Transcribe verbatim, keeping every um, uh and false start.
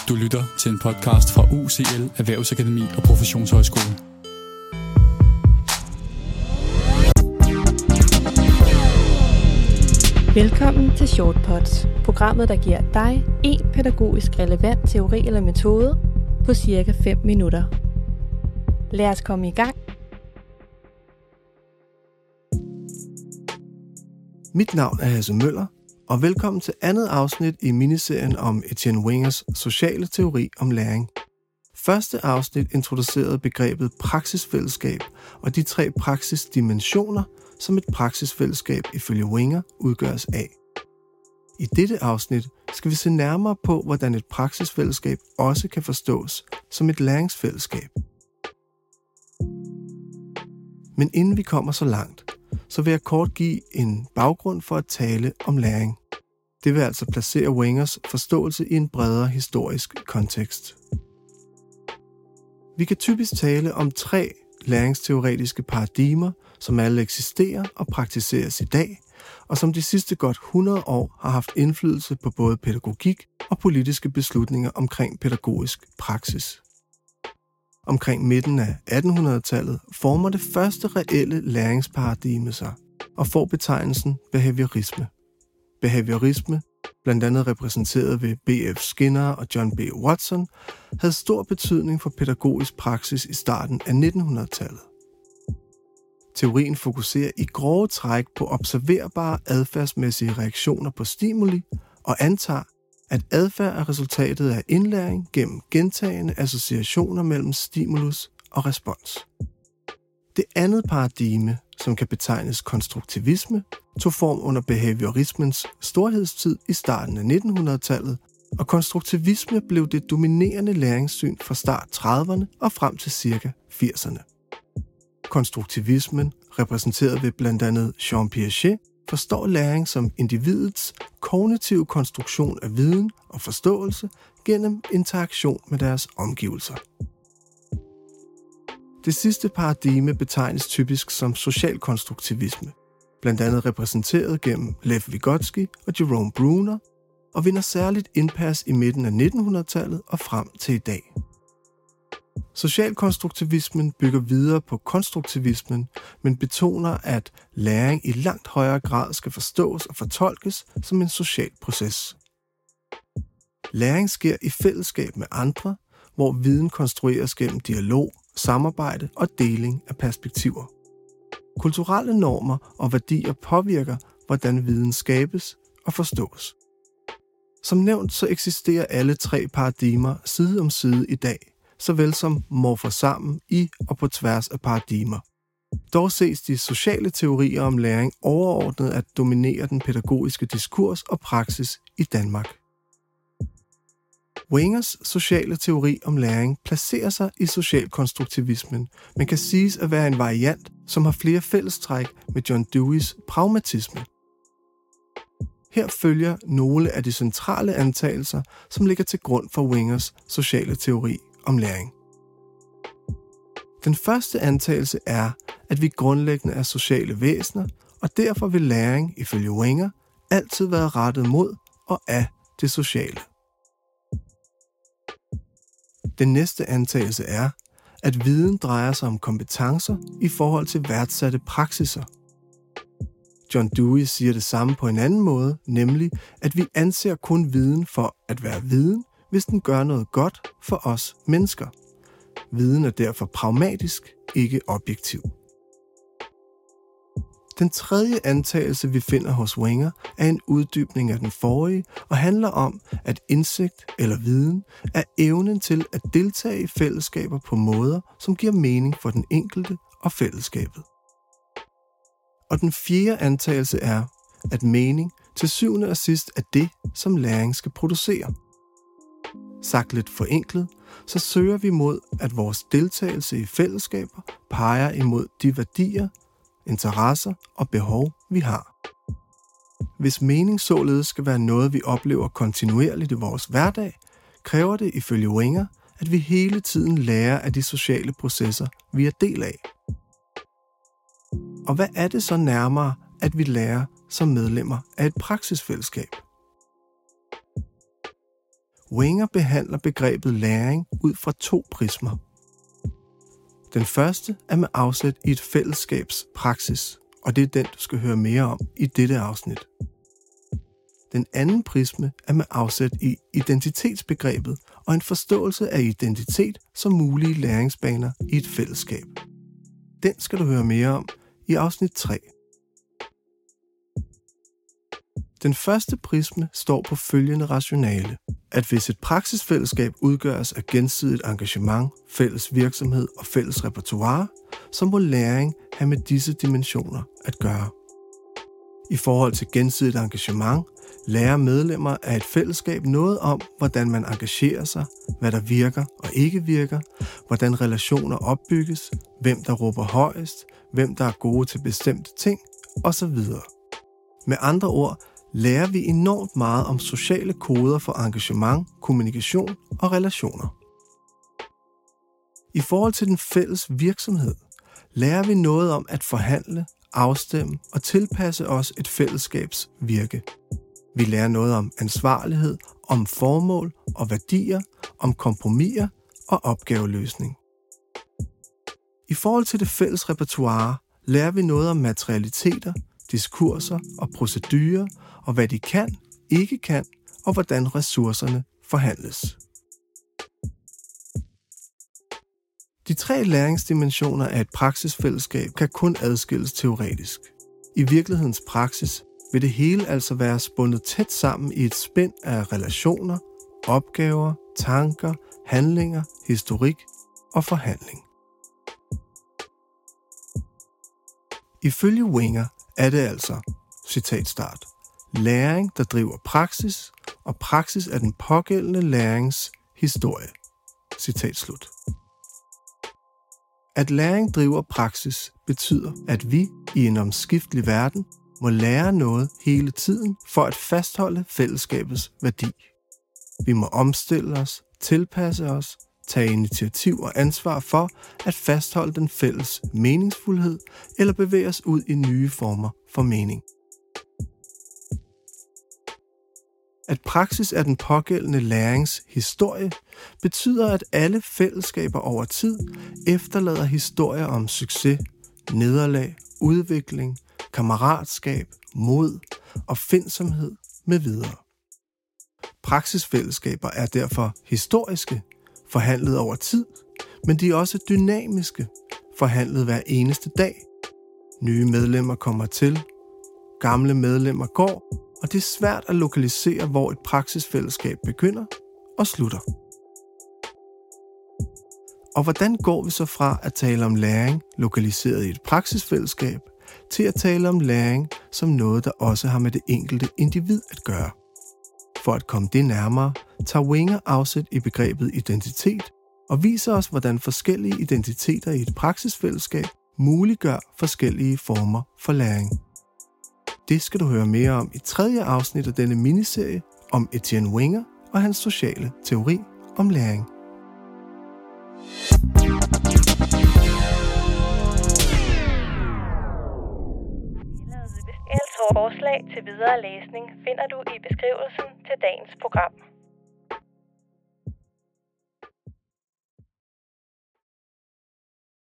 Du lytter til en podcast fra U C L Erhvervsakademi og Professionshøjskole. Velkommen til Shortpods, programmet der giver dig en pædagogisk relevant teori eller metode på cirka fem minutter. Lad os komme i gang. Mit navn er Hasse Møller, og velkommen til andet afsnit i miniserien om Etienne Wingers sociale teori om læring. Første afsnit introducerede begrebet praksisfællesskab og de tre praksisdimensioner, som et praksisfællesskab ifølge Winger udgøres af. I dette afsnit skal vi se nærmere på, hvordan et praksisfællesskab også kan forstås som et læringsfællesskab. Men inden vi kommer så langt, så vil jeg kort give en baggrund for at tale om læring. Det vil altså placere Wingers forståelse i en bredere historisk kontekst. Vi kan typisk tale om tre læringsteoretiske paradigmer, som alle eksisterer og praktiseres i dag, og som de sidste godt hundrede år har haft indflydelse på både pædagogik og politiske beslutninger omkring pædagogisk praksis. Omkring midten af attenhundredetallet former det første reelle læringsparadigme sig og får betegnelsen behaviorisme. Behaviorisme, blandt andet repræsenteret ved B F Skinner og John B. Watson, havde stor betydning for pædagogisk praksis i starten af nittenhundredetallet. Teorien fokuserer i grove træk på observerbare adfærdsmæssige reaktioner på stimuli og antager, at adfærd er resultatet af indlæring gennem gentagende associationer mellem stimulus og respons. Det andet paradigme, som kan betegnes konstruktivisme, tog form under behaviorismens storhedstid i starten af nittenhundredetallet, og konstruktivisme blev det dominerende læringssyn fra start trediverne og frem til ca. firserne. Konstruktivismen, repræsenteret ved blandt andet Jean Piaget, forstår læring som individets kognitive konstruktion af viden og forståelse gennem interaktion med deres omgivelser. Det sidste paradigme betegnes typisk som socialkonstruktivisme, blandt andet repræsenteret gennem Lev Vygotsky og Jerome Bruner, og vinder særligt indpas i midten af nittenhundredetallet og frem til i dag. Socialkonstruktivismen bygger videre på konstruktivismen, men betoner, at læring i langt højere grad skal forstås og fortolkes som en social proces. Læring sker i fællesskab med andre, hvor viden konstrueres gennem dialog, samarbejde og deling af perspektiver. Kulturelle normer og værdier påvirker, hvordan viden skabes og forstås. Som nævnt, så eksisterer alle tre paradigmer side om side i dag, såvel som morfer sammen i og på tværs af paradigmer. Dog ses de sociale teorier om læring overordnet at dominere den pædagogiske diskurs og praksis i Danmark. Wingers sociale teori om læring placerer sig i socialkonstruktivismen, men kan siges at være en variant, som har flere fællestræk med John Deweys pragmatisme. Her følger nogle af de centrale antagelser, som ligger til grund for Wingers sociale teori om læring. Den første antagelse er, at vi grundlæggende er sociale væsener, og derfor vil læring, ifølge Winger, altid være rettet mod og af det sociale. Den næste antagelse er, at viden drejer sig om kompetencer i forhold til værdsatte praksiser. John Dewey siger det samme på en anden måde, nemlig at vi anser kun viden for at være viden, hvis den gør noget godt for os mennesker. Viden er derfor pragmatisk, ikke objektiv. Den tredje antagelse, vi finder hos Winger, er en uddybning af den forrige og handler om, at indsigt eller viden er evnen til at deltage i fællesskaber på måder, som giver mening for den enkelte og fællesskabet. Og den fjerde antagelse er, at mening til syvende og sidst er det, som læring skal producere. Sagt lidt forenklet, så søger vi mod, at vores deltagelse i fællesskaber peger imod de værdier, interesser og behov, vi har. Hvis mening således skal være noget, vi oplever kontinuerligt i vores hverdag, kræver det ifølge Winger, at vi hele tiden lærer af de sociale processer, vi er del af. Og hvad er det så nærmere, at vi lærer som medlemmer af et praksisfællesskab? Wenger behandler begrebet læring ud fra to prismer. Den første er med afsæt i et fællesskabs praksis, og det er den, du skal høre mere om i dette afsnit. Den anden prisme er med afsæt i identitetsbegrebet og en forståelse af identitet som mulige læringsbaner i et fællesskab. Den skal du høre mere om i afsnit tre. Den første prisme står på følgende rationale, at hvis et praksisfællesskab udgøres af gensidigt engagement, fælles virksomhed og fælles repertoire, så må læring have med disse dimensioner at gøre. I forhold til gensidigt engagement lærer medlemmer af et fællesskab noget om, hvordan man engagerer sig, hvad der virker og ikke virker, hvordan relationer opbygges, hvem der råber højest, hvem der er gode til bestemte ting osv. Med andre ord lærer vi enormt meget om sociale koder for engagement, kommunikation og relationer. I forhold til den fælles virksomhed lærer vi noget om at forhandle, afstemme og tilpasse os et fællesskabs virke. Vi lærer noget om ansvarlighed, om formål og værdier, om kompromiser og opgaveløsning. I forhold til det fælles repertoire lærer vi noget om materialiteter, diskurser og procedurer, og hvad de kan, ikke kan, og hvordan ressourcerne forhandles. De tre læringsdimensioner af et praksisfællesskab kan kun adskilles teoretisk. I virkelighedens praksis vil det hele altså være spundet tæt sammen i et spænd af relationer, opgaver, tanker, handlinger, historik og forhandling. Ifølge Wenger er det altså, citat start, læring, der driver praksis, og praksis er den pågældende lærings historie. Citat slut. At læring driver praksis betyder, at vi i en omskiftelig verden må lære noget hele tiden for at fastholde fællesskabets værdi. Vi må omstille os, tilpasse os, tage initiativ og ansvar for at fastholde den fælles meningsfuldhed eller bevæge os ud i nye former for mening. At praksis er den pågældende lærings historie betyder, at alle fællesskaber over tid efterlader historier om succes, nederlag, udvikling, kammeratskab, mod, opfindsomhed med videre. Praksisfællesskaber er derfor historiske, forhandlet over tid, men de er også dynamiske, forhandlet hver eneste dag. Nye medlemmer kommer til, gamle medlemmer går, og det er svært at lokalisere, hvor et praksisfællesskab begynder og slutter. Og hvordan går vi så fra at tale om læring lokaliseret i et praksisfællesskab, til at tale om læring som noget, der også har med det enkelte individ at gøre? For at komme det nærmere, tager Wenger afsæt i begrebet identitet og viser os, hvordan forskellige identiteter i et praksisfællesskab muliggør forskellige former for læring. Det skal du høre mere om i tredje afsnit af denne miniserie om Etienne Wenger og hans sociale teori om læring. Forslag til videre læsning finder du i beskrivelsen til dagens program.